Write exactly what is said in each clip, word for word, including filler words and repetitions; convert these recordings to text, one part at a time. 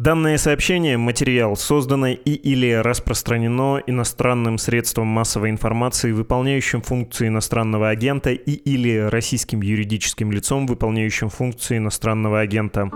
Данное сообщение, материал, создано и или распространено иностранным средством массовой информации, выполняющим функции иностранного агента, и или российским юридическим лицом, выполняющим функции иностранного агента.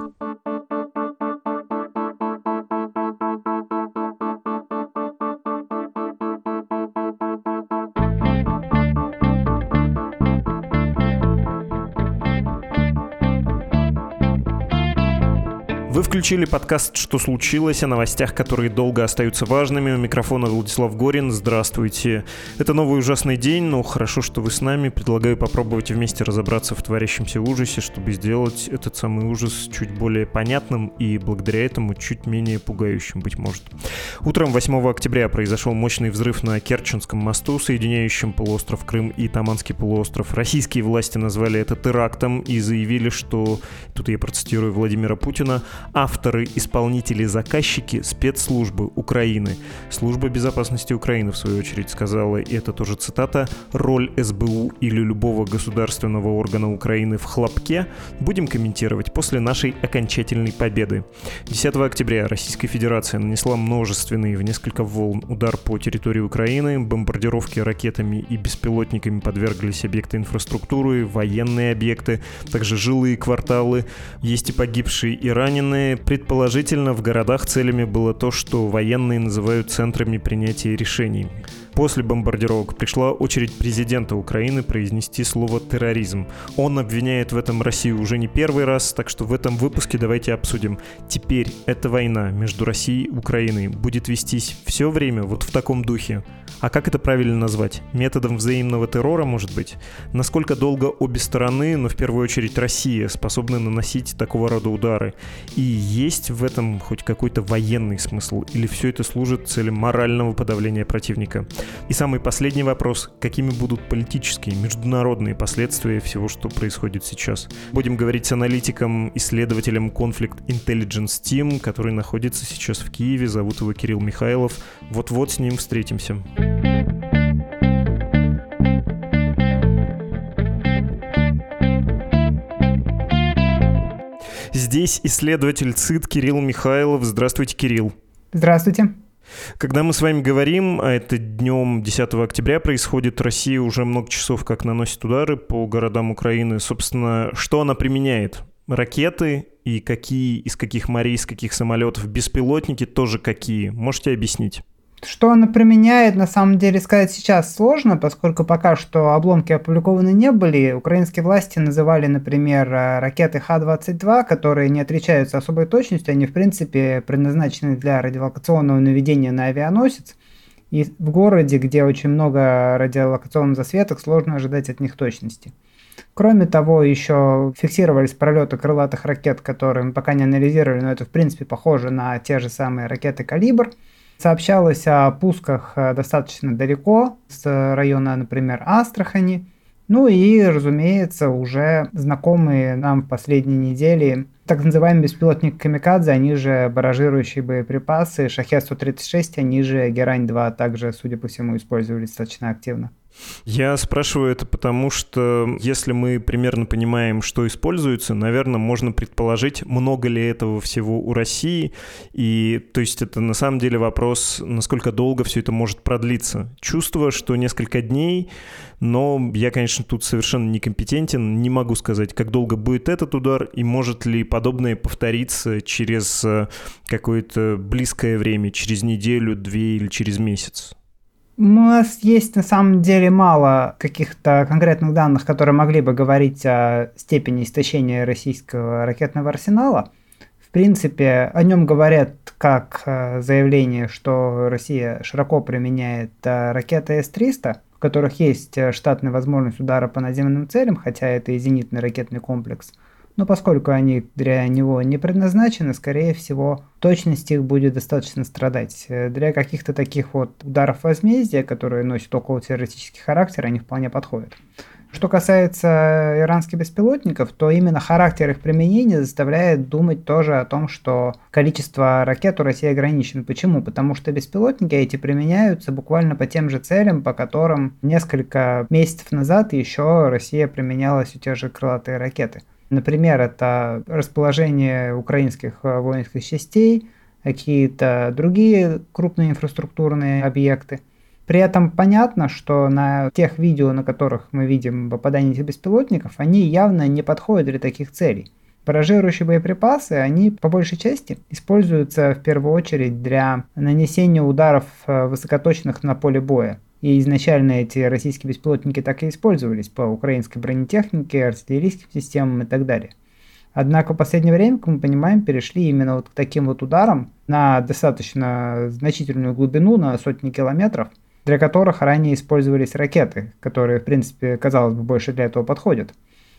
Вы включили подкаст «Что случилось?» о новостях, которые долго остаются важными. У микрофона Владислав Горин. Здравствуйте. Это новый ужасный день, но хорошо, что вы с нами. Предлагаю попробовать вместе разобраться в творящемся ужасе, чтобы сделать этот самый ужас чуть более понятным и благодаря этому чуть менее пугающим, быть может. Утром восьмого октября произошел мощный взрыв на Керченском мосту, соединяющем полуостров Крым и Таманский полуостров. Российские власти назвали это терактом и заявили, что, тут я процитирую Владимира Путина, авторы, исполнители, заказчики — спецслужбы Украины. Служба безопасности Украины, в свою очередь, сказала, и это тоже цитата, «Роль эс бэ у или любого государственного органа Украины в хлопке будем комментировать после нашей окончательной победы». десятого октября Российская Федерация нанесла множественный в несколько волн удар по территории Украины. Бомбардировки ракетами и беспилотниками подверглись объекты инфраструктуры, военные объекты, также жилые кварталы. Есть и погибшие, и раненые. Предположительно, в городах целями было то, что военные называют центрами принятия решений. После бомбардировок пришла очередь президента Украины произнести слово «терроризм». Он обвиняет в этом Россию уже не первый раз, так что в этом выпуске давайте обсудим. Теперь эта война между Россией и Украиной будет вестись все время вот в таком духе. А как это правильно назвать? Методом взаимного террора, может быть? Насколько долго обе стороны, но в первую очередь Россия, способны наносить такого рода удары? И есть в этом хоть какой-то военный смысл? Или все это служит целям морального подавления противника? И самый последний вопрос. Какими будут политические, международные последствия всего, что происходит сейчас? Будем говорить с аналитиком, исследователем Conflict Intelligence Team, который находится сейчас в Киеве. Зовут его Кирилл Михайлов. Вот-вот с ним встретимся. Здесь исследователь ЦИД Кирилл Михайлов. Здравствуйте, Кирилл. Здравствуйте. Когда мы с вами говорим, а это днем десятого октября происходит, Россия уже много часов как наносит удары по городам Украины. Собственно, что она применяет? Ракеты и какие, из каких морей, из каких самолетов, беспилотники тоже какие? Можете объяснить? Что она применяет, на самом деле сказать сейчас сложно, поскольку пока что обломки опубликованы не были. Украинские власти называли, например, ракеты Х двадцать два, которые не отличаются особой точностью, они в принципе предназначены для радиолокационного наведения на авианосец. И в городе, где очень много радиолокационных засветок, сложно ожидать от них точности. Кроме того, еще фиксировались пролеты крылатых ракет, которые мы пока не анализировали, но это в принципе похоже на те же самые ракеты «Калибр». Сообщалось о пусках достаточно далеко, с района, например, Астрахани. Ну и, разумеется, уже знакомые нам в последние недели так называемый беспилотник «Камикадзе», они же барражирующие боеприпасы, «Шахед сто тридцать шесть», они же «Герань-два» также, судя по всему, использовали достаточно активно. Я спрашиваю это потому, что если мы примерно понимаем, что используется, наверное, можно предположить, много ли этого всего у России. И, то есть, это на самом деле вопрос, насколько долго все это может продлиться. Чувство, что несколько дней, но я, конечно, тут совершенно некомпетентен, не могу сказать, как долго будет этот удар и может ли подобное повториться через какое-то близкое время, через неделю, две или через месяц. У нас есть на самом деле мало каких-то конкретных данных, которые могли бы говорить о степени истощения российского ракетного арсенала. В принципе, о нем говорят как заявление, что Россия широко применяет ракеты эс триста, в которых есть штатная возможность удара по наземным целям, хотя это и зенитный ракетный комплекс. Но поскольку они для него не предназначены, скорее всего, точность их будет достаточно страдать. Для каких-то таких вот ударов возмездия, которые носят околотеррористический характер, они вполне подходят. Что касается иранских беспилотников, то именно характер их применения заставляет думать тоже о том, что количество ракет у России ограничено. Почему? Потому что беспилотники эти применяются буквально по тем же целям, по которым несколько месяцев назад еще Россия применяла все те же крылатые ракеты. Например, это расположение украинских воинских частей какие-то другие крупные инфраструктурные объекты. При этом понятно, что на тех видео, на которых мы видим попадание этих беспилотников, они явно не подходят для таких целей. Баражирующие боеприпасы, они по большей части используются в первую очередь для нанесения ударов высокоточных на поле боя. И изначально эти российские беспилотники так и использовались по украинской бронетехнике, артиллерийским системам и так далее. Однако в последнее время, как мы понимаем, перешли именно вот к таким вот ударам на достаточно значительную глубину, на сотни километров, для которых ранее использовались ракеты, которые, в принципе, казалось бы, больше для этого подходят.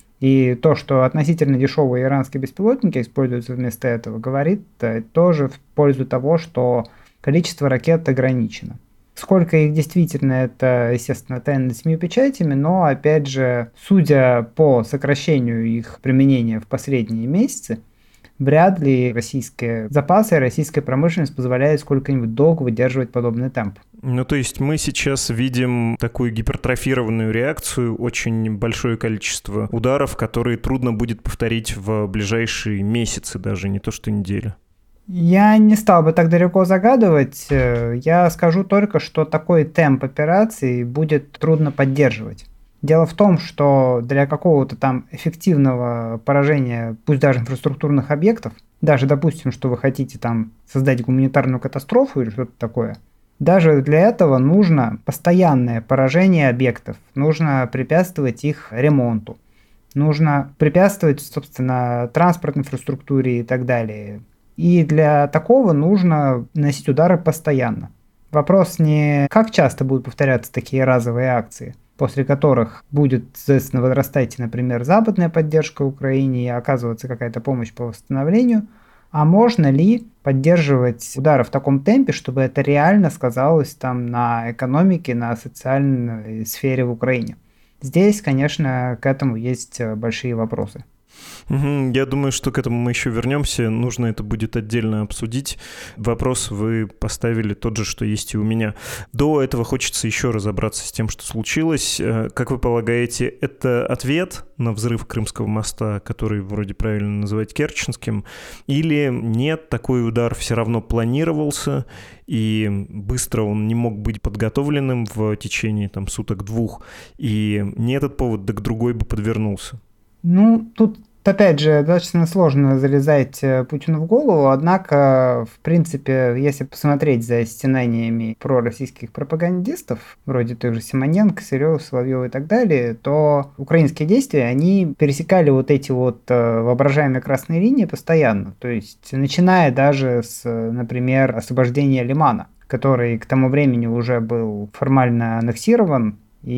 И то, что относительно дешевые иранские беспилотники используются вместо этого, говорит тоже в пользу того, что количество ракет ограничено. Сколько их действительно, это, естественно, тайна семью печатями, но, опять же, судя по сокращению их применения в последние месяцы, вряд ли российские запасы, российская промышленность позволяет сколько-нибудь долго выдерживать подобный темп. Ну, то есть мы сейчас видим такую гипертрофированную реакцию, очень большое количество ударов, которые трудно будет повторить в ближайшие месяцы, даже не то что недели. Я не стал бы так далеко загадывать. Я скажу только, что такой темп операций будет трудно поддерживать. Дело в том, что для какого-то там эффективного поражения, пусть даже инфраструктурных объектов, даже допустим, что вы хотите там создать гуманитарную катастрофу или что-то такое, даже для этого нужно постоянное поражение объектов, нужно препятствовать их ремонту, нужно препятствовать, собственно, транспортной инфраструктуре и так далее. И для такого нужно наносить удары постоянно. Вопрос не как часто будут повторяться такие разовые акции, после которых будет, соответственно, возрастать, например, западная поддержка Украине и оказываться какая-то помощь по восстановлению, а можно ли поддерживать удары в таком темпе, чтобы это реально сказалось там на экономике, на социальной сфере в Украине. Здесь, конечно, к этому есть большие вопросы. Угу, я думаю, что к этому мы еще вернемся. Нужно это будет отдельно обсудить. Вопрос вы поставили тот же, что есть и у меня. До этого хочется еще разобраться с тем, что случилось. Как вы полагаете, это ответ на взрыв Крымского моста, который вроде правильно называть Керченским, или нет, такой удар все равно планировался, и быстро он не мог быть подготовленным в течение там суток-двух, и не этот повод, да к другой бы подвернулся? Ну, тут, опять же, достаточно сложно залезать Путину в голову, однако, в принципе, если посмотреть за стенаниями пророссийских пропагандистов, вроде той же Симоненко, Серёва, Соловьева и так далее, то украинские действия, они пересекали вот эти вот воображаемые красные линии постоянно, то есть начиная даже с, например, освобождения Лимана, который к тому времени уже был формально аннексирован,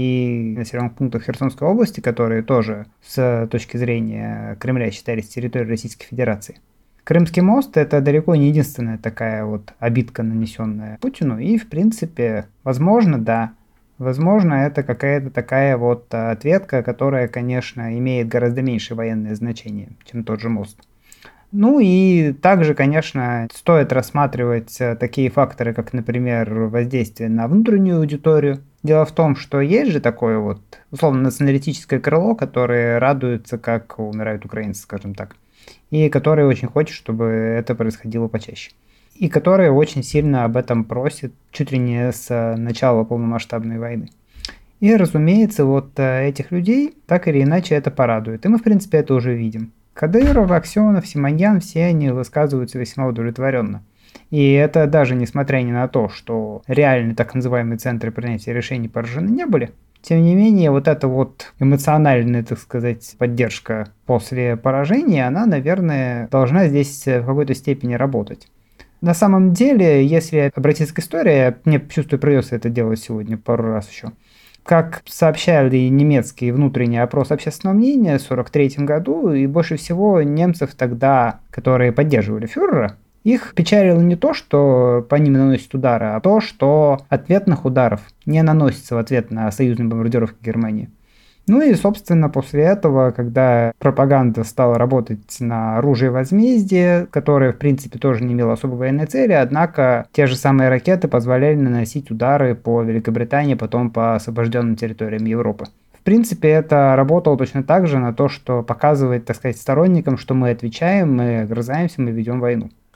и населенных пунктов Херсонской области, которые тоже с точки зрения Кремля считались территорией Российской Федерации. Крымский мост – это далеко не единственная такая вот обидка, нанесенная Путину, и, в принципе, возможно, да, возможно, это какая-то такая вот ответка, которая, конечно, имеет гораздо меньшее военное значение, чем тот же мост. Ну и также, конечно, стоит рассматривать такие факторы, как, например, воздействие на внутреннюю аудиторию. Дело в том, что есть же такое вот, условно, националистическое крыло, которое радуется, как умирают украинцы, скажем так, и которое очень хочет, чтобы это происходило почаще. И которое очень сильно об этом просит чуть ли не с начала полномасштабной войны. И, разумеется, вот этих людей так или иначе это порадует. И мы, в принципе, это уже видим. Кадыров, Аксенов, Симоньян, все они высказываются весьма удовлетворенно. И это даже несмотря ни на то, что реальные так называемые центры принятия решений поражены не были. Тем не менее, вот эта вот эмоциональная, так сказать, поддержка после поражения, она, наверное, должна здесь в какой-то степени работать. На самом деле, если обратиться к истории, мне, чувствую, придется это делать сегодня пару раз еще. Как сообщали немецкий внутренний опрос общественного мнения в сорок третьем году, и больше всего немцев тогда, которые поддерживали фюрера, их печалило не то, что по ним наносят удары, а то, что ответных ударов не наносится в ответ на союзные бомбардировки Германии. Ну и, собственно, после этого, когда пропаганда стала работать на оружие возмездия, которое, в принципе, тоже не имело особой военной цели, однако те же самые ракеты позволяли наносить удары по Великобритании, потом по освобожденным территориям Европы. В принципе, это работало точно так же на то, что показывает, так сказать, сторонникам, что мы отвечаем, мы огрызаемся, мы ведем войну.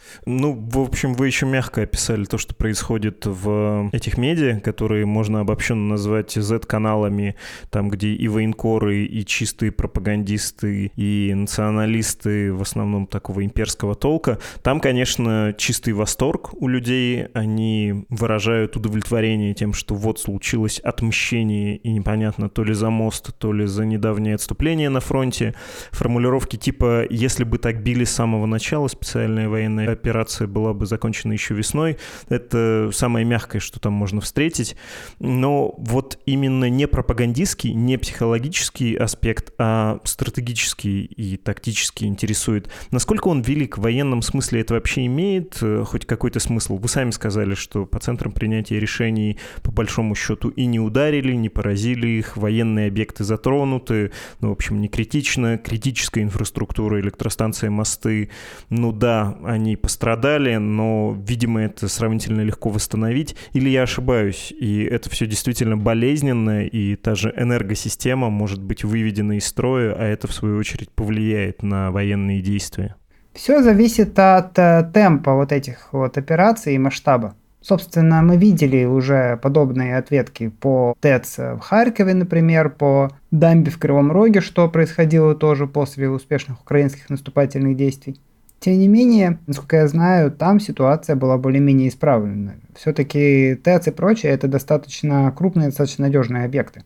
Ну, в общем, вы еще мягко описали то, что происходит в этих медиа, которые можно обобщенно назвать зет-каналами, там, где и военкоры, и чистые пропагандисты, и националисты, в основном такого имперского толка. Там, конечно, чистый восторг у людей, они выражают удовлетворение тем, что вот случилось отмщение, и непонятно, то ли за мост, то ли за недавнее отступление на фронте. Формулировки типа «если бы так били с самого начала, специальная военная операция была бы закончена еще весной». Это самое мягкое, что там можно встретить. Но вот именно не пропагандистский, не психологический аспект, а стратегический и тактический интересует. Насколько он велик в военном смысле, это вообще имеет хоть какой-то смысл? Вы сами сказали, что по центрам принятия решений по большому счету и не ударили, не поразили их, военные объекты затронуты, ну, в общем, не критично, критическая инфраструктура, электростанции, мосты, ну да, они пострадали, но, видимо, это сравнительно легко восстановить. Или я ошибаюсь, и это все действительно болезненно, и та же энергосистема может быть выведена из строя, а это, в свою очередь, повлияет на военные действия. Все зависит от э, темпа вот этих вот операций и масштаба. Собственно, мы видели уже подобные ответки по ТЭЦ в Харькове, например, по дамбе в Кривом Роге, что происходило тоже после успешных украинских наступательных действий. Тем не менее, насколько я знаю, там ситуация была более-менее исправлена. Все-таки ТЭЦ и прочее – это достаточно крупные, достаточно надежные объекты.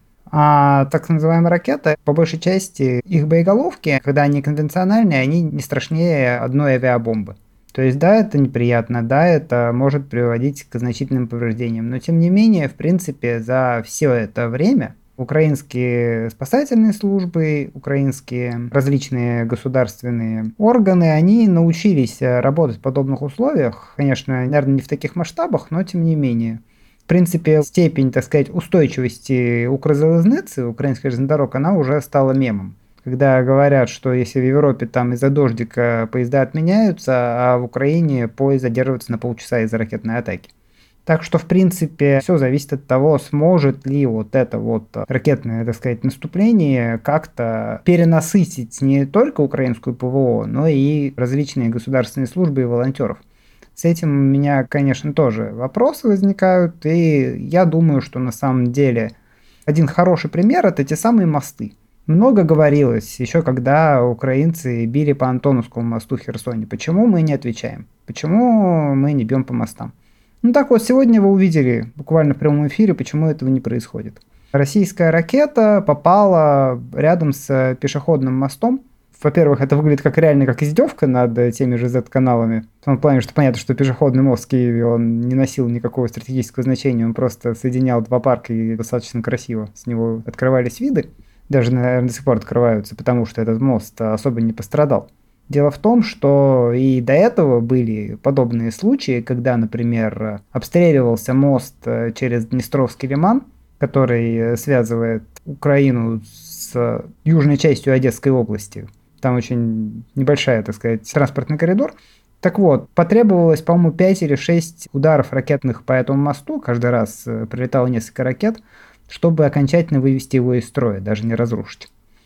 А так называемые ракеты, по большей части, их боеголовки, когда они конвенциональные, они не страшнее одной авиабомбы. То есть, да, это неприятно, да, это может приводить к значительным повреждениям. Но, тем не менее, в принципе, за все это время украинские спасательные службы, украинские различные государственные органы, они научились работать в подобных условиях. Конечно, наверное, не в таких масштабах, но тем не менее. В принципе, степень, так сказать, устойчивости Укрзалезницы, украинских железных дорог, она уже стала мемом. Когда говорят, что если в Европе там из-за дождика поезда отменяются, а в Украине поезд задерживается на полчаса из-за ракетной атаки. Так что, в принципе, все зависит от того, сможет ли вот это вот ракетное, так сказать, наступление как-то перенасытить не только украинскую ПВО, но и различные государственные службы и волонтеров. С этим у меня, конечно, тоже вопросы возникают, и я думаю, что на самом деле один хороший пример – это те самые мосты. Много говорилось, еще когда украинцы били по Антоновскому мосту в Херсоне. Почему мы не отвечаем? Почему мы не бьем по мостам? Ну так вот, сегодня вы увидели буквально в прямом эфире, почему этого не происходит. Российская ракета попала рядом с пешеходным мостом. Во-первых, это выглядит как реально как издевка над теми же зет-каналами. В том плане, что понятно, что пешеходный мост в Киеве, он не носил никакого стратегического значения, он просто соединял два парка и достаточно красиво с него открывались виды. Даже, наверное, до сих пор открываются, потому что этот мост особо не пострадал. Дело в том, что и до этого были подобные случаи, когда, например, обстреливался мост через Днестровский лиман, который связывает Украину с южной частью Одесской области. Там очень небольшая, так сказать, транспортный коридор. Так вот, потребовалось, по-моему, пять или шесть ударов ракетных по этому мосту, каждый раз прилетало несколько ракет, чтобы окончательно вывести его из строя, даже не разрушить.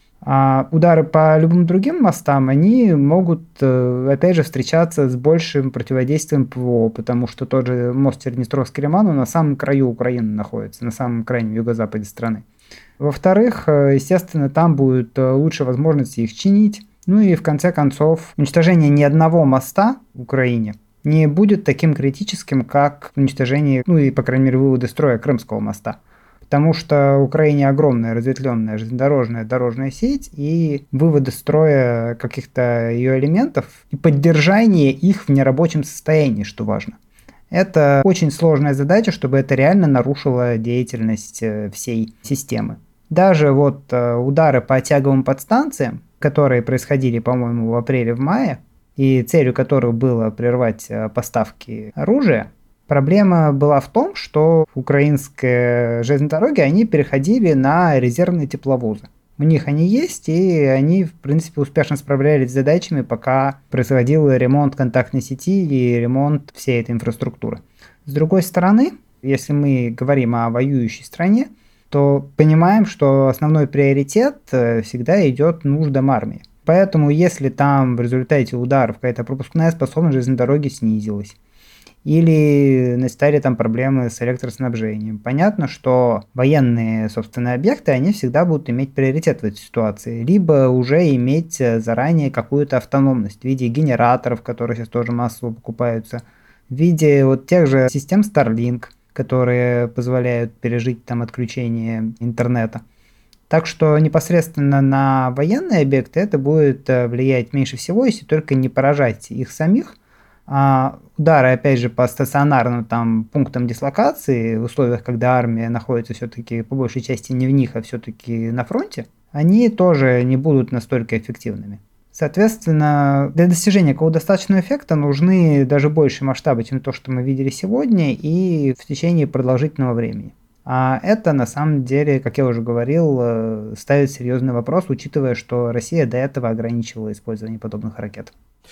А удары по любым другим мостам, они могут, опять же, встречаться с большим противодействием ПВО, потому что тот же мост через Днестровский лиман, он на самом краю Украины находится, на самом крайнем юго-западе страны. Во-вторых, естественно, там будет лучше возможности их чинить. Ну и в конце концов, уничтожение ни одного моста в Украине не будет таким критическим, как уничтожение, ну и, по крайней мере, выводы строя Крымского моста. Потому что в Украине огромная разветвленная железнодорожная дорожная сеть, и выводы строя каких-то ее элементов и поддержание их в нерабочем состоянии, что важно. Это очень сложная задача, чтобы это реально нарушило деятельность всей системы. Даже вот удары по тяговым подстанциям, которые происходили, по-моему, в апреле, в мае, и целью которых было прервать поставки оружия, проблема была в том, что украинские железные дороги, они переходили на резервные тепловозы. У них они есть, и они, в принципе, успешно справлялись с задачами, пока происходил ремонт контактной сети и ремонт всей этой инфраструктуры. С другой стороны, если мы говорим о воюющей стране, то понимаем, что основной приоритет всегда идет нуждам армии. Поэтому, если там в результате ударов какая-то пропускная способность железной дороги снизилась, или настали там проблемы с электроснабжением, понятно, что военные, собственно, объекты, они всегда будут иметь приоритет в этой ситуации, либо уже иметь заранее какую-то автономность в виде генераторов, которые сейчас тоже массово покупаются, в виде вот тех же систем Starlink, которые позволяют пережить там отключение интернета. Так что непосредственно на военные объекты это будет влиять меньше всего, если только не поражать их самих. А удары, опять же, по стационарным там пунктам дислокации, в условиях, когда армия находится все-таки по большей части не в них, а все-таки на фронте, они тоже не будут настолько эффективными. Соответственно, для достижения какого-то достаточного эффекта нужны даже большие масштабы, чем то, что мы видели сегодня, и в течение продолжительного времени. А это, на самом деле, как я уже говорил, ставит серьезный вопрос, учитывая, что Россия до этого ограничивала использование подобных ракет.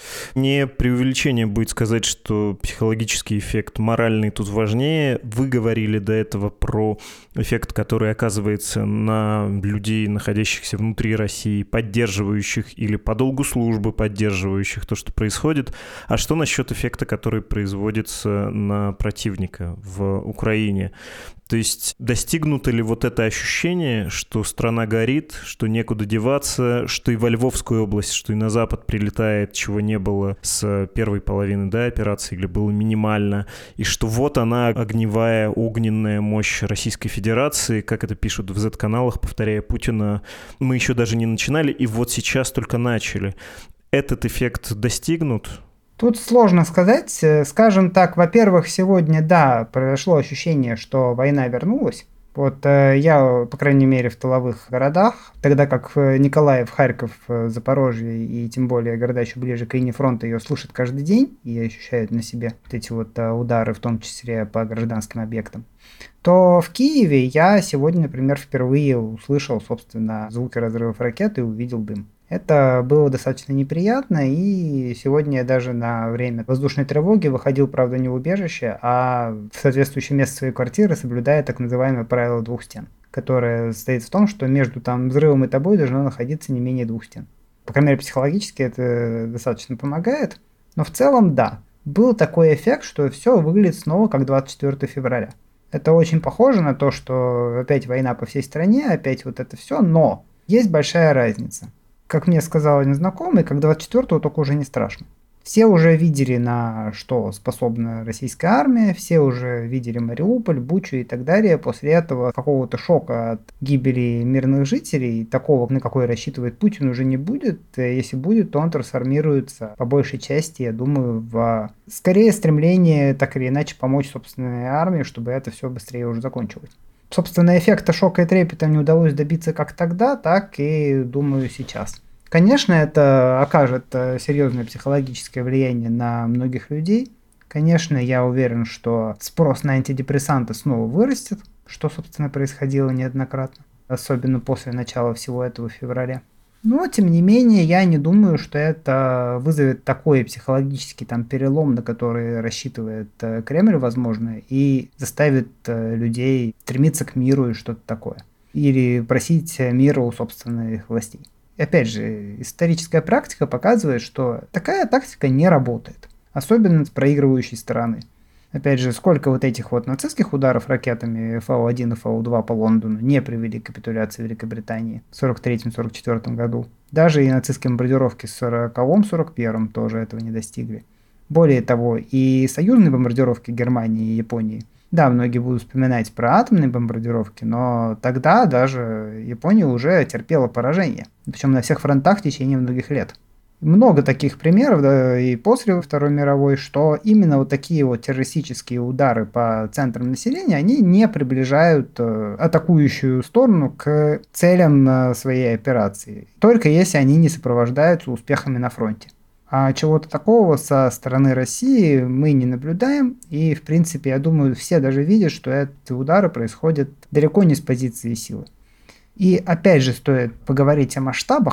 Не преувеличение будет сказать, что психологический эффект моральный тут важнее. Вы говорили до этого про эффект, который оказывается на людей, находящихся внутри России, поддерживающих или по долгу службы поддерживающих то, что происходит. А что насчет эффекта, который производится на противника в Украине? То есть достигнуто ли вот это ощущение, что страна горит, что некуда деваться, что и во Львовскую область, что и на Запад прилетает, чего не было с первой половины, да, операции, или было минимально, и что вот она, огневая, огненная мощь Российской Федерации, как это пишут в зет-каналах, повторяя Путина, мы еще даже не начинали, и вот сейчас только начали. Этот эффект достигнут? Тут сложно сказать. Скажем так, во-первых, сегодня, да, произошло ощущение, что война вернулась. Вот э, я, по крайней мере, в тыловых городах, тогда как Николаев, Харьков, Запорожье и тем более города еще ближе к линии фронта ее слышат каждый день и ощущают на себе вот эти вот э, удары, в том числе по гражданским объектам, то в Киеве я сегодня, например, впервые услышал, собственно, звуки разрывов ракет и увидел дым. Это было достаточно неприятно, и сегодня я даже на время воздушной тревоги выходил, правда, не в убежище, а в соответствующее место своей квартиры, соблюдая так называемое правило двух стен, которое состоит в том, что между там взрывом и тобой должно находиться не менее двух стен. По крайней мере, психологически это достаточно помогает, но в целом, да, был такой эффект, что все выглядит снова как двадцать четвёртого февраля. Это очень похоже на то, что опять война по всей стране, опять вот это все, но есть большая разница. Как мне сказал один знакомый, как двадцать четвёртого только уже не страшно. Все уже видели, на что способна российская армия, все уже видели Мариуполь, Бучу и так далее. После этого какого-то шока от гибели мирных жителей, такого, на какой рассчитывает Путин, уже не будет. Если будет, то он трансформируется по большей части, я думаю, в скорее стремление так или иначе помочь собственной армии, чтобы это все быстрее уже закончилось. Собственно, эффекта шока и трепета не удалось добиться как тогда, так и, думаю, сейчас. Конечно, это окажет серьезное психологическое влияние на многих людей. Конечно, я уверен, что спрос на антидепрессанты снова вырастет, что, собственно, происходило неоднократно, особенно после начала всего этого в феврале. Но, тем не менее, я не думаю, что это вызовет такой психологический там перелом, на который рассчитывает э, Кремль, возможно, и заставит э, людей стремиться к миру и что-то такое. Или просить мира у собственных властей. Опять же, историческая практика показывает, что такая тактика не работает, особенно с проигрывающей стороны. Опять же, сколько вот этих вот нацистских ударов ракетами эф а один и эф а два по Лондону не привели к капитуляции Великобритании в сорок третьем — сорок четвёртом году. Даже и нацистские бомбардировки в сороковом — сорок первом тоже этого не достигли. Более того, и союзные бомбардировки Германии и Японии. Да, многие будут вспоминать про атомные бомбардировки, но тогда даже Япония уже терпела поражение. Причем на всех фронтах в течение многих лет. Много таких примеров, да, и после Второй мировой, что именно вот такие вот террористические удары по центрам населения, они не приближают э, атакующую сторону к целям э, своей операции. Только если они не сопровождаются успехами на фронте. А чего-то такого со стороны России мы не наблюдаем. И, в принципе, я думаю, все даже видят, что эти удары происходят далеко не с позиции силы. И опять же стоит поговорить о масштабах.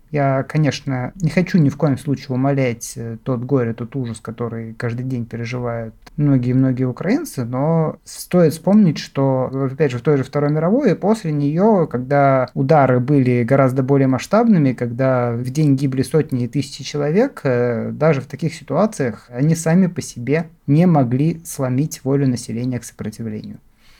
Я, конечно, не хочу ни в коем случае умалять тот горе, тот ужас, который каждый день переживают многие-многие украинцы, но стоит вспомнить, что, опять же, в той же Второй мировой и после нее, когда удары были гораздо более масштабными, когда в день гибли сотни и тысячи человек, даже в таких ситуациях они сами по себе не могли сломить волю населения к сопротивлению.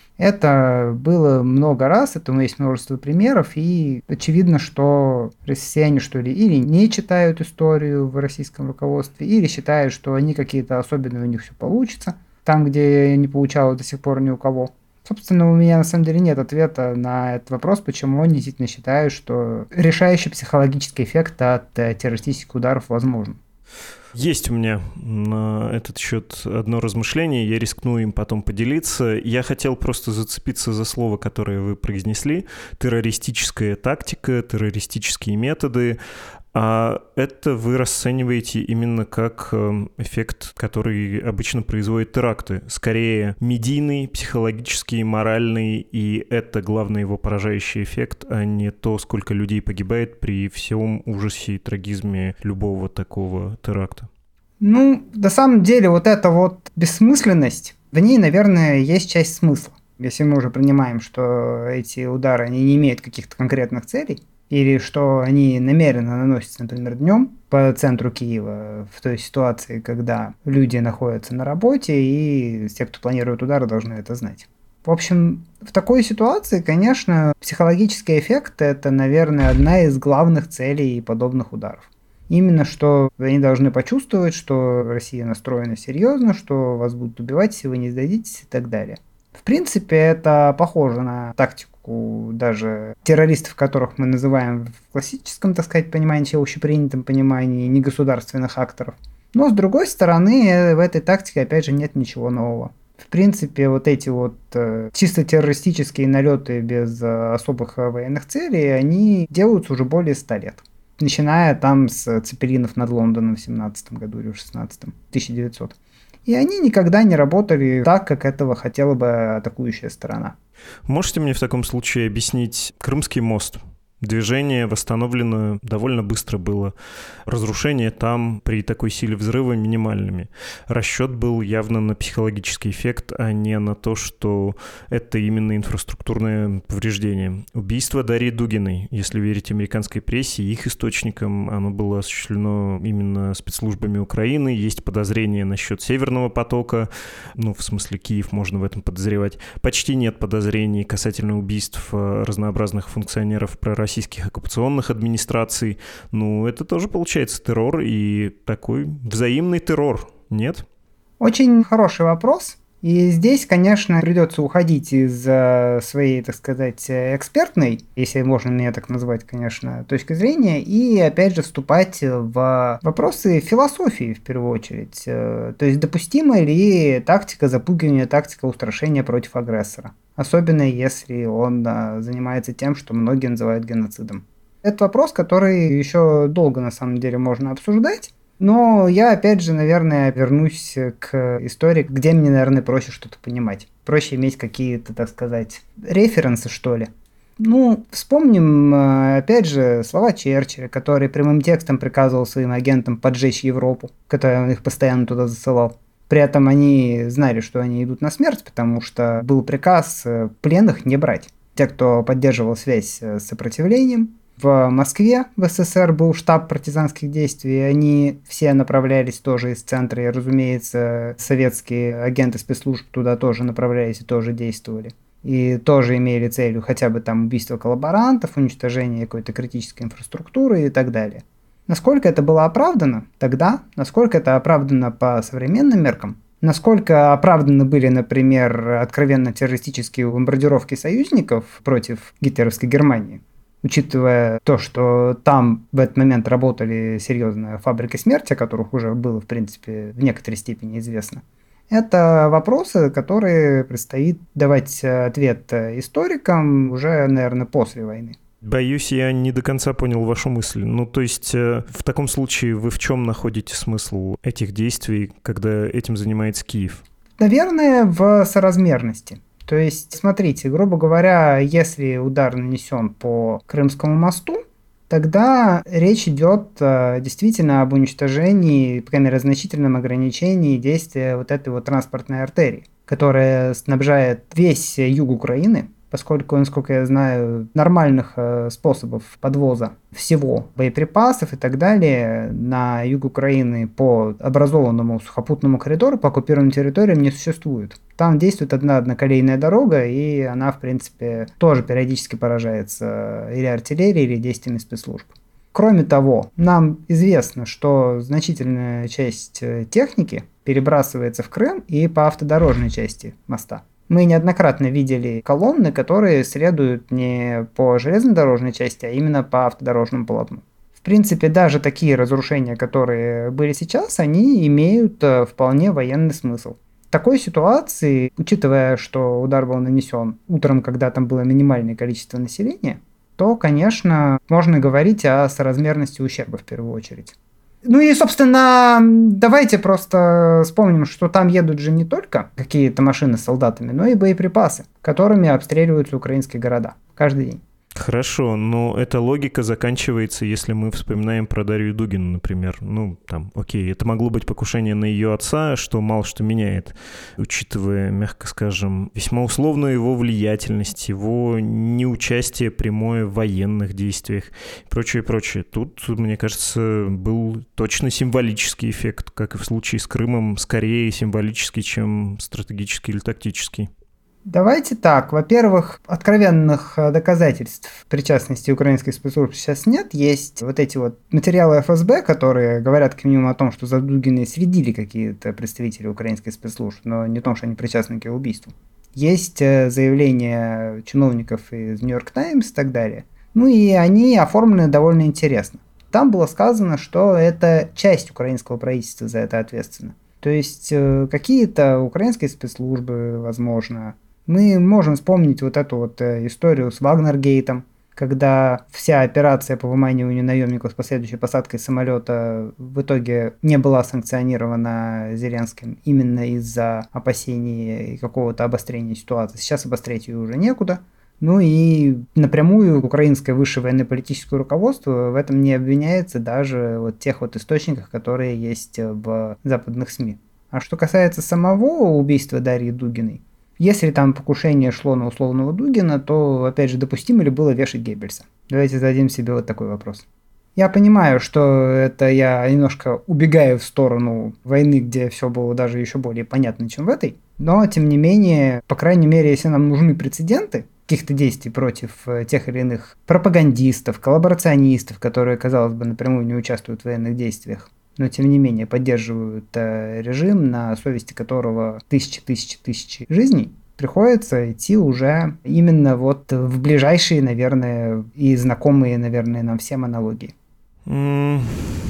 Это было много раз, это есть множество примеров, и очевидно, что россияне, что ли, или не читают историю в российском руководстве, или считают, что они какие-то особенные, у них все получится, там, где не получалось до сих пор ни у кого. Собственно, у меня на самом деле нет ответа на этот вопрос, почему они действительно считают, что решающий психологический эффект от террористических ударов возможен. Есть у меня на этот счет одно размышление, я рискну им потом поделиться. Я хотел просто зацепиться за слово, которое вы произнесли. Террористическая тактика, террористические методы. А это вы расцениваете именно как эффект, который обычно производит теракты. Скорее медийный, психологический, моральный, и это главный его поражающий эффект, а не то, сколько людей погибает при всем ужасе и трагизме любого такого теракта. Ну, на самом деле, вот эта вот бессмысленность, в ней, наверное, есть часть смысла. Если мы уже принимаем, что эти удары, они не имеют каких-то конкретных целей, или что они намеренно наносятся, например, днем по центру Киева, в той ситуации, когда люди находятся на работе, и те, кто планирует удары, должны это знать. В общем, в такой ситуации, конечно, психологический эффект – это, наверное, одна из главных целей подобных ударов. Именно что они должны почувствовать, что Россия настроена серьезно, что вас будут убивать, если вы не сдадитесь и так далее. В принципе, это похоже на тактику даже террористов, которых мы называем в классическом, так сказать, понимании, общепринятом понимании негосударственных акторов. Но, с другой стороны, в этой тактике, опять же, нет ничего нового. В принципе, вот эти вот э, чисто террористические налеты без э, особых военных целей, они делаются уже более ста лет. Начиная там с цепелинов над Лондоном в семнадцатом году или в шестнадцатом, тысяча девятисотом. И они никогда не работали так, как этого хотела бы атакующая сторона. Можете мне в таком случае объяснить Крымский мост? Движение восстановлено довольно быстро было. Разрушения там при такой силе взрыва минимальными. Расчет был явно на психологический эффект, а не на то, что это именно инфраструктурное повреждение. Убийство Дарьи Дугиной, если верить американской прессе, их источникам, оно было осуществлено именно спецслужбами Украины. Есть подозрения насчет Северного потока. Ну, в смысле, Киев можно в этом подозревать. Почти нет подозрений касательно убийств разнообразных функционеров пророссийских российских оккупационных администраций. Ну, это тоже получается террор и такой взаимный террор, нет? Очень хороший вопрос. И здесь, конечно, придется уходить из своей, так сказать, экспертной, если можно меня так назвать, конечно, точки зрения, и опять же вступать в вопросы философии в первую очередь. То есть допустима ли тактика запугивания, тактика устрашения против агрессора? Особенно если он занимается тем, что многие называют геноцидом. Это вопрос, который еще долго на самом деле можно обсуждать. Но я, опять же, наверное, вернусь к истории, где мне, наверное, проще что-то понимать. Проще иметь какие-то, так сказать, референсы, что ли. Ну, вспомним, опять же, слова Черчилля, который прямым текстом приказывал своим агентам поджечь Европу, который он их постоянно туда засылал. При этом они знали, что они идут на смерть, потому что был приказ пленных не брать. Те, кто поддерживал связь с сопротивлением. В Москве, в СССР, был штаб партизанских действий, и они все направлялись тоже из центра, и, разумеется, советские агенты спецслужб туда тоже направлялись и тоже действовали. И тоже имели целью хотя бы там убийство коллаборантов, уничтожение какой-то критической инфраструктуры и так далее. Насколько это было оправдано тогда, насколько это оправдано по современным меркам, насколько оправданы были, например, откровенно террористические бомбардировки союзников против гитлеровской Германии, учитывая то, что там в этот момент работали серьезные фабрики смерти, о которых уже было, в принципе, в некоторой степени известно. Это вопросы, которые предстоит давать ответ историкам уже, наверное, после войны. Боюсь, я не до конца понял вашу мысль. Ну, то есть, в таком случае вы в чем находите смысл этих действий, когда этим занимается Киев? Наверное, в соразмерности. То есть, смотрите, грубо говоря, если удар нанесен по Крымскому мосту, тогда речь идет э, действительно об уничтожении, по крайней мере, значительном ограничении действия вот этой вот транспортной артерии, которая снабжает весь юг Украины, поскольку, насколько я знаю, нормальных э, способов подвоза всего, боеприпасов и так далее на юг Украины по образованному сухопутному коридору по оккупированным территориям не существует. Там действует одна одноколейная дорога, и она, в принципе, тоже периодически поражается или артиллерией, или действиями спецслужб. Кроме того, нам известно, что значительная часть техники перебрасывается в Крым и по автодорожной части моста. Мы неоднократно видели колонны, которые следуют не по железнодорожной части, а именно по автодорожному полотну. В принципе, даже такие разрушения, которые были сейчас, они имеют вполне военный смысл. В такой ситуации, учитывая, что удар был нанесен утром, когда там было минимальное количество населения, то, конечно, можно говорить о соразмерности ущерба в первую очередь. Ну и, собственно, давайте просто вспомним, что там едут же не только какие-то машины с солдатами, но и боеприпасы, которыми обстреливаются украинские города каждый день. Хорошо, но эта логика заканчивается, если мы вспоминаем про Дарью Дугину, например. Ну, там, окей, это могло быть покушение на ее отца, что мало что меняет, учитывая, мягко скажем, весьма условную его влиятельность, его неучастие прямое в военных действиях и прочее, прочее. Тут, мне кажется, был точно символический эффект, как и в случае с Крымом, скорее символический, чем стратегический или тактический. Давайте так. Во-первых, откровенных доказательств причастности украинских спецслужб сейчас нет. Есть вот эти вот материалы эф эс бэ, которые говорят как минимум о том, что за Дугиной следили какие-то представители украинских спецслужб, но не о том, что они причастны к его убийству. Есть заявления чиновников из Нью-Йорк Таймс и так далее. Ну и они оформлены довольно интересно. Там было сказано, что это часть украинского правительства за это ответственна. То есть какие-то украинские спецслужбы, возможно. Мы можем вспомнить вот эту вот историю с Вагнергейтом, когда вся операция по выманиванию наемников с последующей посадкой самолета в итоге не была санкционирована Зеленским именно из-за опасений и какого-то обострения ситуации. Сейчас обострять ее уже некуда. Ну и напрямую украинское высшее военно-политическое руководство в этом не обвиняется даже вот в тех вот источниках, которые есть в западных СМИ. А что касается самого убийства Дарьи Дугиной, если там покушение шло на условного Дугина, то, опять же, допустимо ли было вешать Геббельса? Давайте зададим себе вот такой вопрос. Я понимаю, что это я немножко убегаю в сторону войны, где все было даже еще более понятно, чем в этой, но, тем не менее, по крайней мере, если нам нужны прецеденты каких-то действий против тех или иных пропагандистов, коллаборационистов, которые, казалось бы, напрямую не участвуют в военных действиях, но тем не менее поддерживают э, режим, на совести которого тысячи, тысячи, тысячи жизней, приходится идти уже именно вот в ближайшие, наверное, и знакомые, наверное, нам всем аналогии. Mm,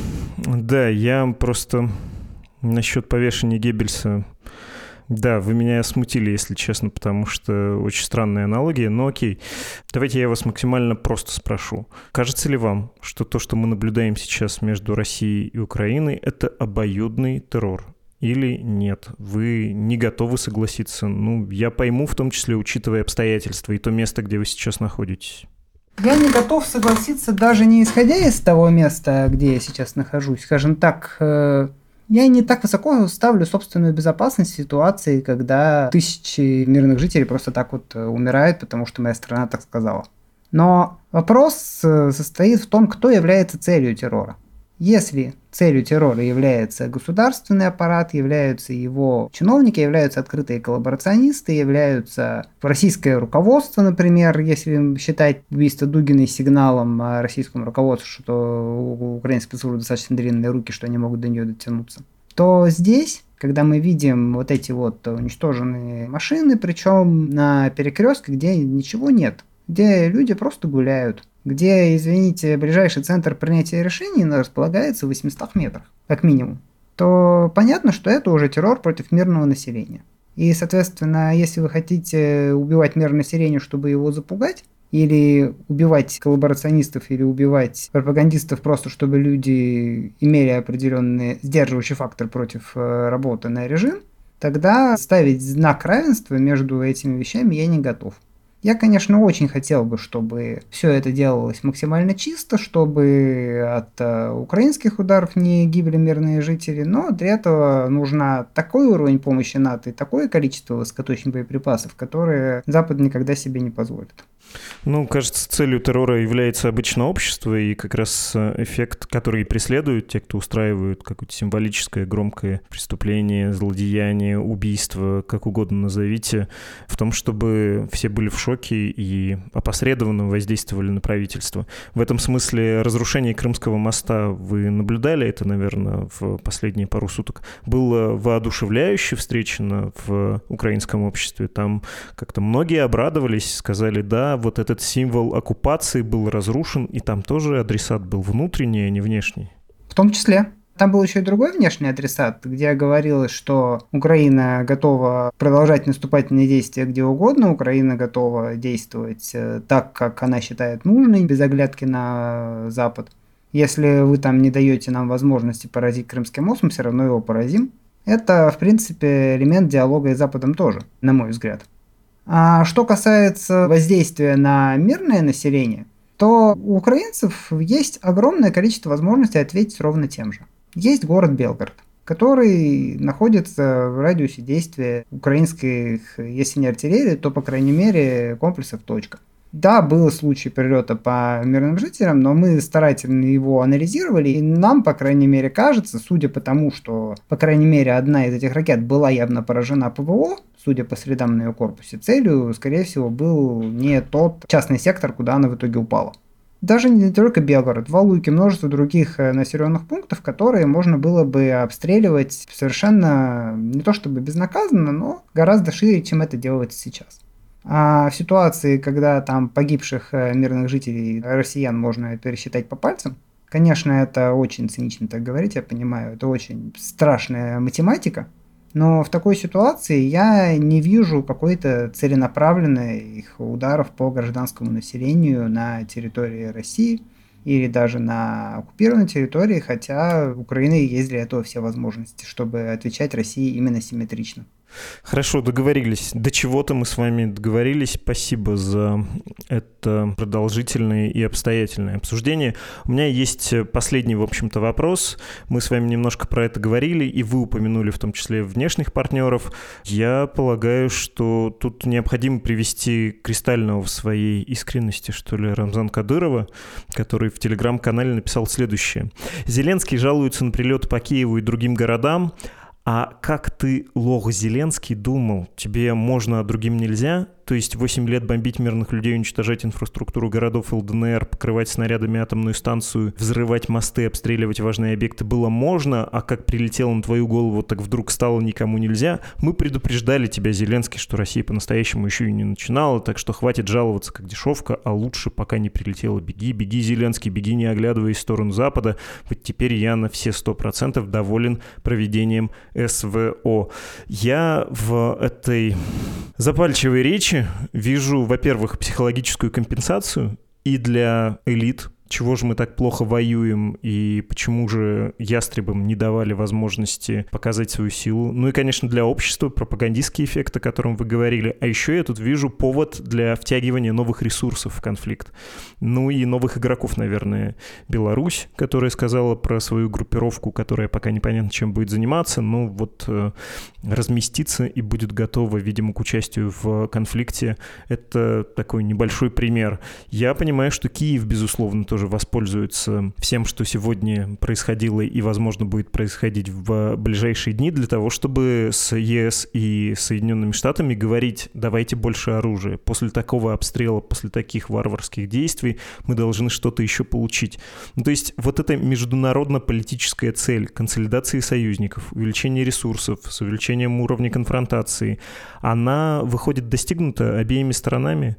да, я просто насчет повешения Геббельса... Да, вы меня смутили, если честно, потому что очень странная аналогия, но окей. Давайте я вас максимально просто спрошу. Кажется ли вам, что то, что мы наблюдаем сейчас между Россией и Украиной, это обоюдный террор? Или нет? Вы не готовы согласиться? Ну, я пойму, в том числе, учитывая обстоятельства и то место, где вы сейчас находитесь. Я не готов согласиться, даже не исходя из того места, где я сейчас нахожусь. Скажем так, я не так высоко ставлю собственную безопасность в ситуации, когда тысячи мирных жителей просто так вот умирают, потому что моя страна так сказала. Но вопрос состоит в том, кто является целью террора. Если целью террора является государственный аппарат, являются его чиновники, являются открытые коллаборационисты, являются российское руководство, например, если считать убийство Дугиной сигналом российскому руководству, что у украинских спецслужб достаточно длинные руки, что они могут до нее дотянуться, то здесь, когда мы видим вот эти вот уничтоженные машины, причем на перекрестке, где ничего нет, где люди просто гуляют, где, извините, ближайший центр принятия решений располагается в восьмистах метрах, как минимум, то понятно, что это уже террор против мирного населения. И, соответственно, если вы хотите убивать мирное население, чтобы его запугать, или убивать коллаборационистов, или убивать пропагандистов просто, чтобы люди имели определенный сдерживающий фактор против работы на режим, тогда ставить знак равенства между этими вещами я не готов. Я, конечно, очень хотел бы, чтобы все это делалось максимально чисто, чтобы от э, украинских ударов не гибли мирные жители, но для этого нужна такой уровень помощи НАТО и такое количество высокоточных боеприпасов, которые Запад никогда себе не позволит. Ну, кажется, целью террора является обычно общество, и как раз эффект, который преследуют те, кто устраивают какое-то символическое, громкое преступление, злодеяние, убийство, как угодно назовите, в том, чтобы все были в шоке и опосредованно воздействовали на правительство. В этом смысле разрушение Крымского моста вы наблюдали, это, наверное, в последние пару суток, было воодушевляюще встречено в украинском обществе. Там как-то многие обрадовались, сказали, да, вот этот символ оккупации был разрушен, и там тоже адресат был внутренний, а не внешний. В том числе. Там был еще и другой внешний адресат, где говорилось, что Украина готова продолжать наступательные действия где угодно, Украина готова действовать так, как она считает нужным, без оглядки на Запад. Если вы там не даете нам возможности поразить Крымский мост, мы все равно его поразим. Это, в принципе, элемент диалога с Западом тоже, на мой взгляд. А что касается воздействия на мирное население, то у украинцев есть огромное количество возможностей ответить ровно тем же. Есть город Белгород, который находится в радиусе действия украинских, если не артиллерии, то, по крайней мере, комплексов «Точка». Да, был случай прилета по мирным жителям, но мы старательно его анализировали, и нам, по крайней мере, кажется, судя по тому, что, по крайней мере, одна из этих ракет была явно поражена ПВО, судя по следам на ее корпусе, целью, скорее всего, был не тот частный сектор, куда она в итоге упала. Даже не только Белгород, в Валуйке множество других населенных пунктов, которые можно было бы обстреливать совершенно не то чтобы безнаказанно, но гораздо шире, чем это делается сейчас. А в ситуации, когда там погибших мирных жителей россиян можно пересчитать по пальцам, конечно, это очень цинично так говорить, я понимаю, это очень страшная математика, но в такой ситуации я не вижу какой-то целенаправленных ударов по гражданскому населению на территории России или даже на оккупированной территории, хотя у Украины есть для этого все возможности, чтобы отвечать России именно симметрично. Хорошо, договорились. До чего-то мы с вами договорились. Спасибо за это продолжительное и обстоятельное обсуждение. У меня есть последний, в общем-то, вопрос. Мы с вами немножко про это говорили, и вы упомянули в том числе внешних партнеров. Я полагаю, что тут необходимо привести кристального в своей искренности, что ли, Рамзана Кадырова, который в телеграм-канале написал следующее. «Зеленский жалуется на прилеты по Киеву и другим городам. А как ты, лох Зеленский, думал? Тебе можно, а другим нельзя? То есть восемь лет бомбить мирных людей, уничтожать инфраструктуру городов ЛДНР, покрывать снарядами атомную станцию, взрывать мосты, обстреливать важные объекты было можно, а как прилетело на твою голову, так вдруг стало никому нельзя? Мы предупреждали тебя, Зеленский, что Россия по-настоящему еще и не начинала, так что хватит жаловаться как дешевка, а лучше пока не прилетело. Беги, беги, Зеленский, беги, не оглядываясь в сторону Запада. Вот теперь я на все сто процентов доволен проведением СВО». Я в этой запальчивой речи вижу, во-первых, психологическую компенсацию и для элит. Чего же мы так плохо воюем и почему же ястребам не давали возможности показать свою силу. Ну и, конечно, для общества пропагандистский эффект, о котором вы говорили. А еще я тут вижу повод для втягивания новых ресурсов в конфликт. Ну и новых игроков, наверное. Беларусь, которая сказала про свою группировку, которая пока непонятно чем будет заниматься, но вот э, разместится и будет готова, видимо, к участию в конфликте. Это такой небольшой пример. Я понимаю, что Киев, безусловно, тоже воспользуется всем, что сегодня происходило и, возможно, будет происходить в ближайшие дни для того, чтобы с ЕС и Соединенными Штатами говорить: давайте больше оружия. После такого обстрела, после таких варварских действий мы должны что-то еще получить. Ну, то есть вот эта международно-политическая цель консолидации союзников, увеличения ресурсов с увеличением уровня конфронтации, она, выходит, достигнута обеими сторонами,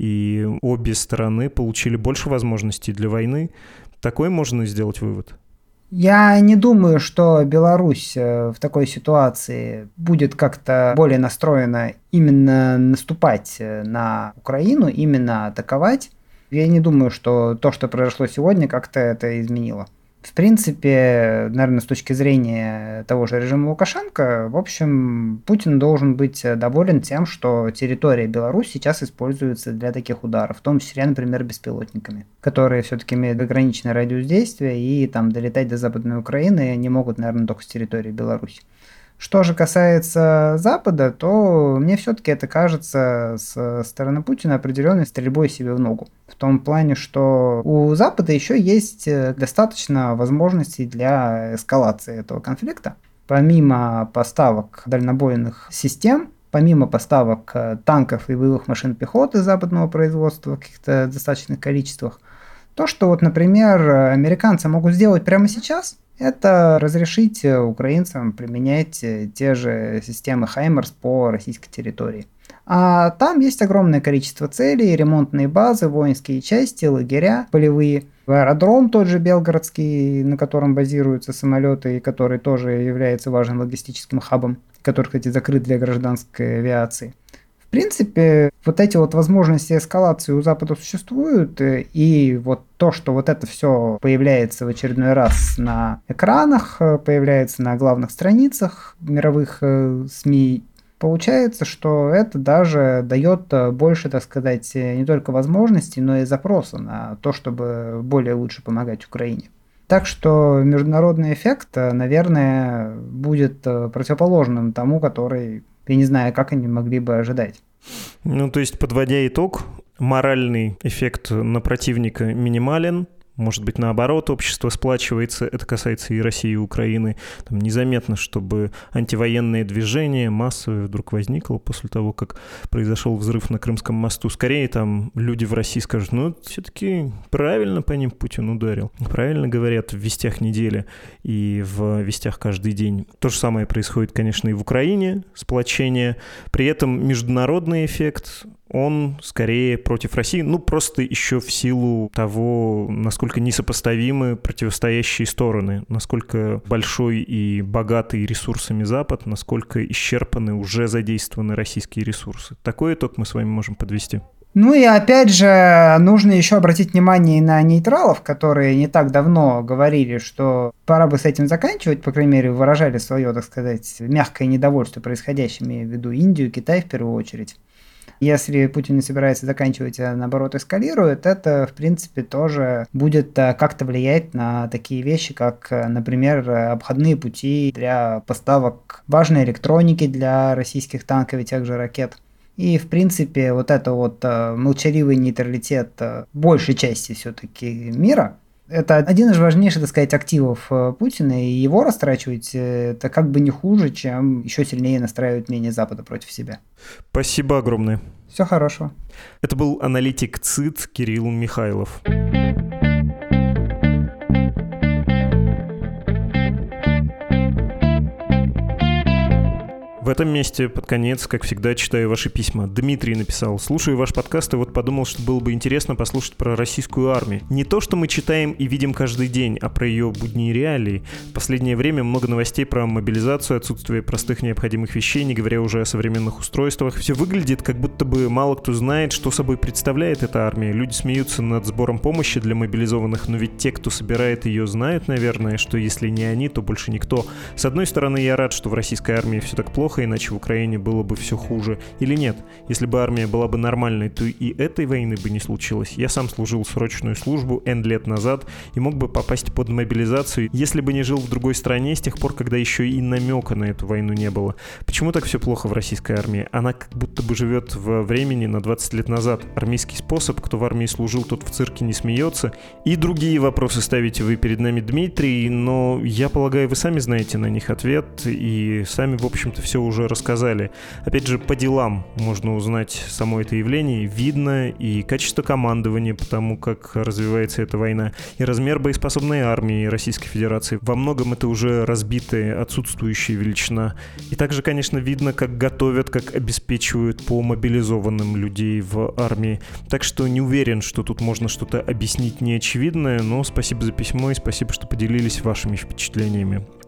и обе стороны получили больше возможностей для войны. Такой можно сделать вывод? Я не думаю, что Беларусь в такой ситуации будет как-то более настроена именно наступать на Украину, именно атаковать. Я не думаю, что то, что произошло сегодня, как-то это изменило. В принципе, наверное, с точки зрения того же режима Лукашенко, в общем, Путин должен быть доволен тем, что территория Беларуси сейчас используется для таких ударов, в том числе, например, беспилотниками, которые все-таки имеют ограниченный радиус действия и там долетать до Западной Украины не могут, наверное, только с территории Беларуси. Что же касается Запада, то мне все-таки это кажется с стороны Путина определенной стрельбой себе в ногу. В том плане, что у Запада еще есть достаточно возможностей для эскалации этого конфликта. Помимо поставок дальнобойных систем, помимо поставок танков и боевых машин пехоты западного производства в каких-то достаточных количествах, то, что вот, например, американцы могут сделать прямо сейчас, это разрешить украинцам применять те же системы «Хаймерс» по российской территории. А там есть огромное количество целей, ремонтные базы, воинские части, лагеря полевые, аэродром тот же белгородский, на котором базируются самолеты, и который тоже является важным логистическим хабом, который, кстати, закрыт для гражданской авиации. В принципе, вот эти вот возможности эскалации у Запада существуют, и вот то, что вот это все появляется в очередной раз на экранах, появляется на главных страницах мировых СМИ, получается, что это даже дает больше, так сказать, не только возможностей, но и запроса на то, чтобы более лучше помогать Украине. Так что международный эффект, наверное, будет противоположным тому, который, я не знаю, как они могли бы ожидать. Ну, то есть, подводя итог, моральный эффект на противника минимален. Может быть, наоборот, общество сплачивается. Это касается и России, и Украины. Там незаметно, чтобы антивоенное движение массовое вдруг возникло после того, как произошел взрыв на Крымском мосту. Скорее, там люди в России скажут, ну, все-таки правильно по ним Путин ударил. Правильно говорят в вестях недели и в вестях каждый день. То же самое происходит, конечно, и в Украине, сплочение. При этом международный эффект, он скорее против России, ну, просто еще в силу того, насколько несопоставимы противостоящие стороны, насколько большой и богатый ресурсами Запад, насколько исчерпаны, уже задействованы российские ресурсы. Такой итог мы с вами можем подвести. Ну и опять же, нужно еще обратить внимание на нейтралов, которые не так давно говорили, что пора бы с этим заканчивать, по крайней мере, выражали свое, так сказать, мягкое недовольство происходящим, имея в виду Индию, Китай в первую очередь. Если Путин не собирается заканчивать, а наоборот эскалирует, это, в принципе, тоже будет как-то влиять на такие вещи, как, например, обходные пути для поставок важной электроники для российских танков и тех же ракет. И, в принципе, вот это вот молчаливый нейтралитет большей части все-таки мира, это один из важнейших, так сказать, активов Путина, и его растрачивать это как бы не хуже, чем еще сильнее настраивать мнение Запада против себя. Спасибо огромное. Всего хорошего. Это был аналитик ЦИТ Кирилл Михайлов. В этом месте под конец, как всегда, читаю ваши письма. Дмитрий написал: слушаю ваш подкаст и вот подумал, что было бы интересно послушать про российскую армию. Не то, что мы читаем и видим каждый день, а про ее будни и реалии. В последнее время много новостей про мобилизацию, отсутствие простых необходимых вещей, не говоря уже о современных устройствах. Все выглядит, как будто бы мало кто знает, что собой представляет эта армия. Люди смеются над сбором помощи для мобилизованных, но ведь те, кто собирает ее, знают, наверное, что если не они, то больше никто. С одной стороны, я рад, что в российской армии все так плохо, иначе в Украине было бы все хуже. Или нет? Если бы армия была бы нормальной, то и этой войны бы не случилось. Я сам служил срочную службу N лет назад и мог бы попасть под мобилизацию, если бы не жил в другой стране с тех пор, когда еще и намека на эту войну не было. Почему так все плохо в российской армии? Она как будто бы живет во времени на двадцать лет назад. Армейский способ, кто в армии служил, тот в цирке не смеется. И другие вопросы ставите вы перед нами, Дмитрий, но я полагаю, вы сами знаете на них ответ и сами, в общем-то, все уже рассказали. Опять же, по делам можно узнать само это явление. Видно и качество командования, потому как развивается эта война, и размер боеспособной армии Российской Федерации. Во многом это уже разбитая, отсутствующая величина. И также, конечно, видно, как готовят, как обеспечивают по мобилизованным людей в армии. Так что не уверен, что тут можно что-то объяснить неочевидное, но спасибо за письмо и спасибо, что поделились вашими впечатлениями.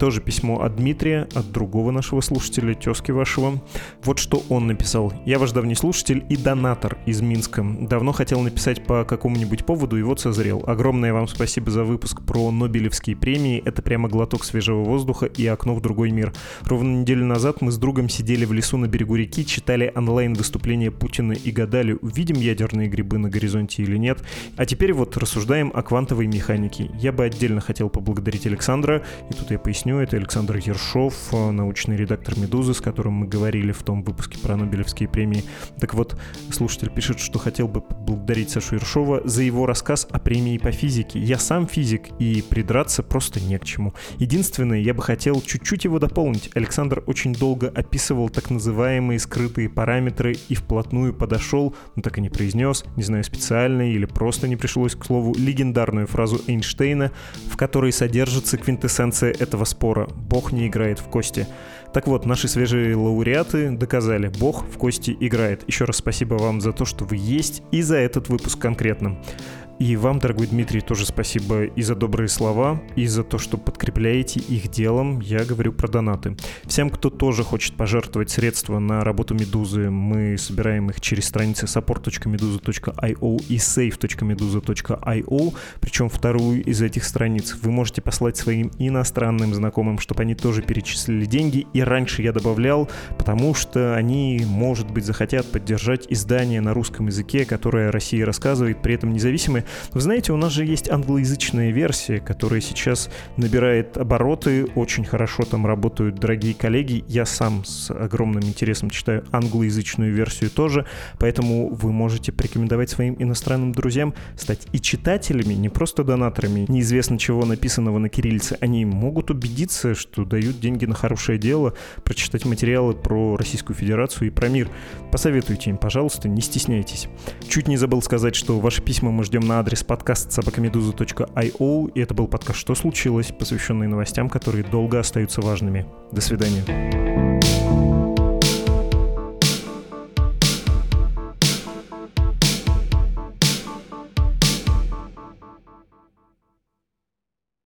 тоже письмо от Дмитрия, от другого нашего слушателя, тезки вашего. Вот что он написал. «Я ваш давний слушатель и донатор из Минска. Давно хотел написать по какому-нибудь поводу, и вот созрел. Огромное вам спасибо за выпуск про Нобелевские премии. Это прямо глоток свежего воздуха и окно в другой мир. Ровно неделю назад мы с другом сидели в лесу на берегу реки, читали онлайн-выступления Путина и гадали, увидим ядерные грибы на горизонте или нет. А теперь вот рассуждаем о квантовой механике. Я бы отдельно хотел поблагодарить Александра, и тут я поясню, это Александр Ершов, научный редактор «Медузы», с которым мы говорили в том выпуске про Нобелевские премии. Так вот, слушатель пишет, что хотел бы поблагодарить Сашу Ершова за его рассказ о премии по физике. Я сам физик, и придраться просто не к чему. Единственное, я бы хотел чуть-чуть его дополнить. Александр очень долго описывал так называемые скрытые параметры и вплотную подошел, ну так и не произнес, не знаю, специально или просто не пришлось к слову, легендарную фразу Эйнштейна, в которой содержится квинтэссенция этого спора «Бог не играет в кости». Так вот, наши свежие лауреаты доказали, Бог в кости играет. Еще раз спасибо вам за то, что вы есть, и за этот выпуск конкретно. И вам, дорогой Дмитрий, тоже спасибо и за добрые слова, и за то, что подкрепляете их делом. Я говорю про донаты. Всем, кто тоже хочет пожертвовать средства на работу «Медузы», мы собираем их через страницы support точка meduza точка io и save точка meduza точка io. Причем вторую из этих страниц вы можете послать своим иностранным знакомым, чтобы они тоже перечислили деньги. И раньше я добавлял, потому что они, может быть, захотят поддержать издание на русском языке, которое Россия рассказывает, при этом независимое. Вы знаете, у нас же есть англоязычная версия, которая сейчас набирает обороты, очень хорошо там работают дорогие коллеги. Я сам с огромным интересом читаю англоязычную версию тоже, поэтому вы можете порекомендовать своим иностранным друзьям стать и читателями, не просто донаторами, неизвестно чего написанного на кириллице. Они могут убедиться, что дают деньги на хорошее дело, прочитать материалы про Российскую Федерацию и про мир. Посоветуйте им, пожалуйста, не стесняйтесь. Чуть не забыл сказать, что ваши письма мы ждем на адрес подкаст собака медуза точка io, и это был подкаст «Что случилось?», посвященный новостям, которые долго остаются важными. До свидания.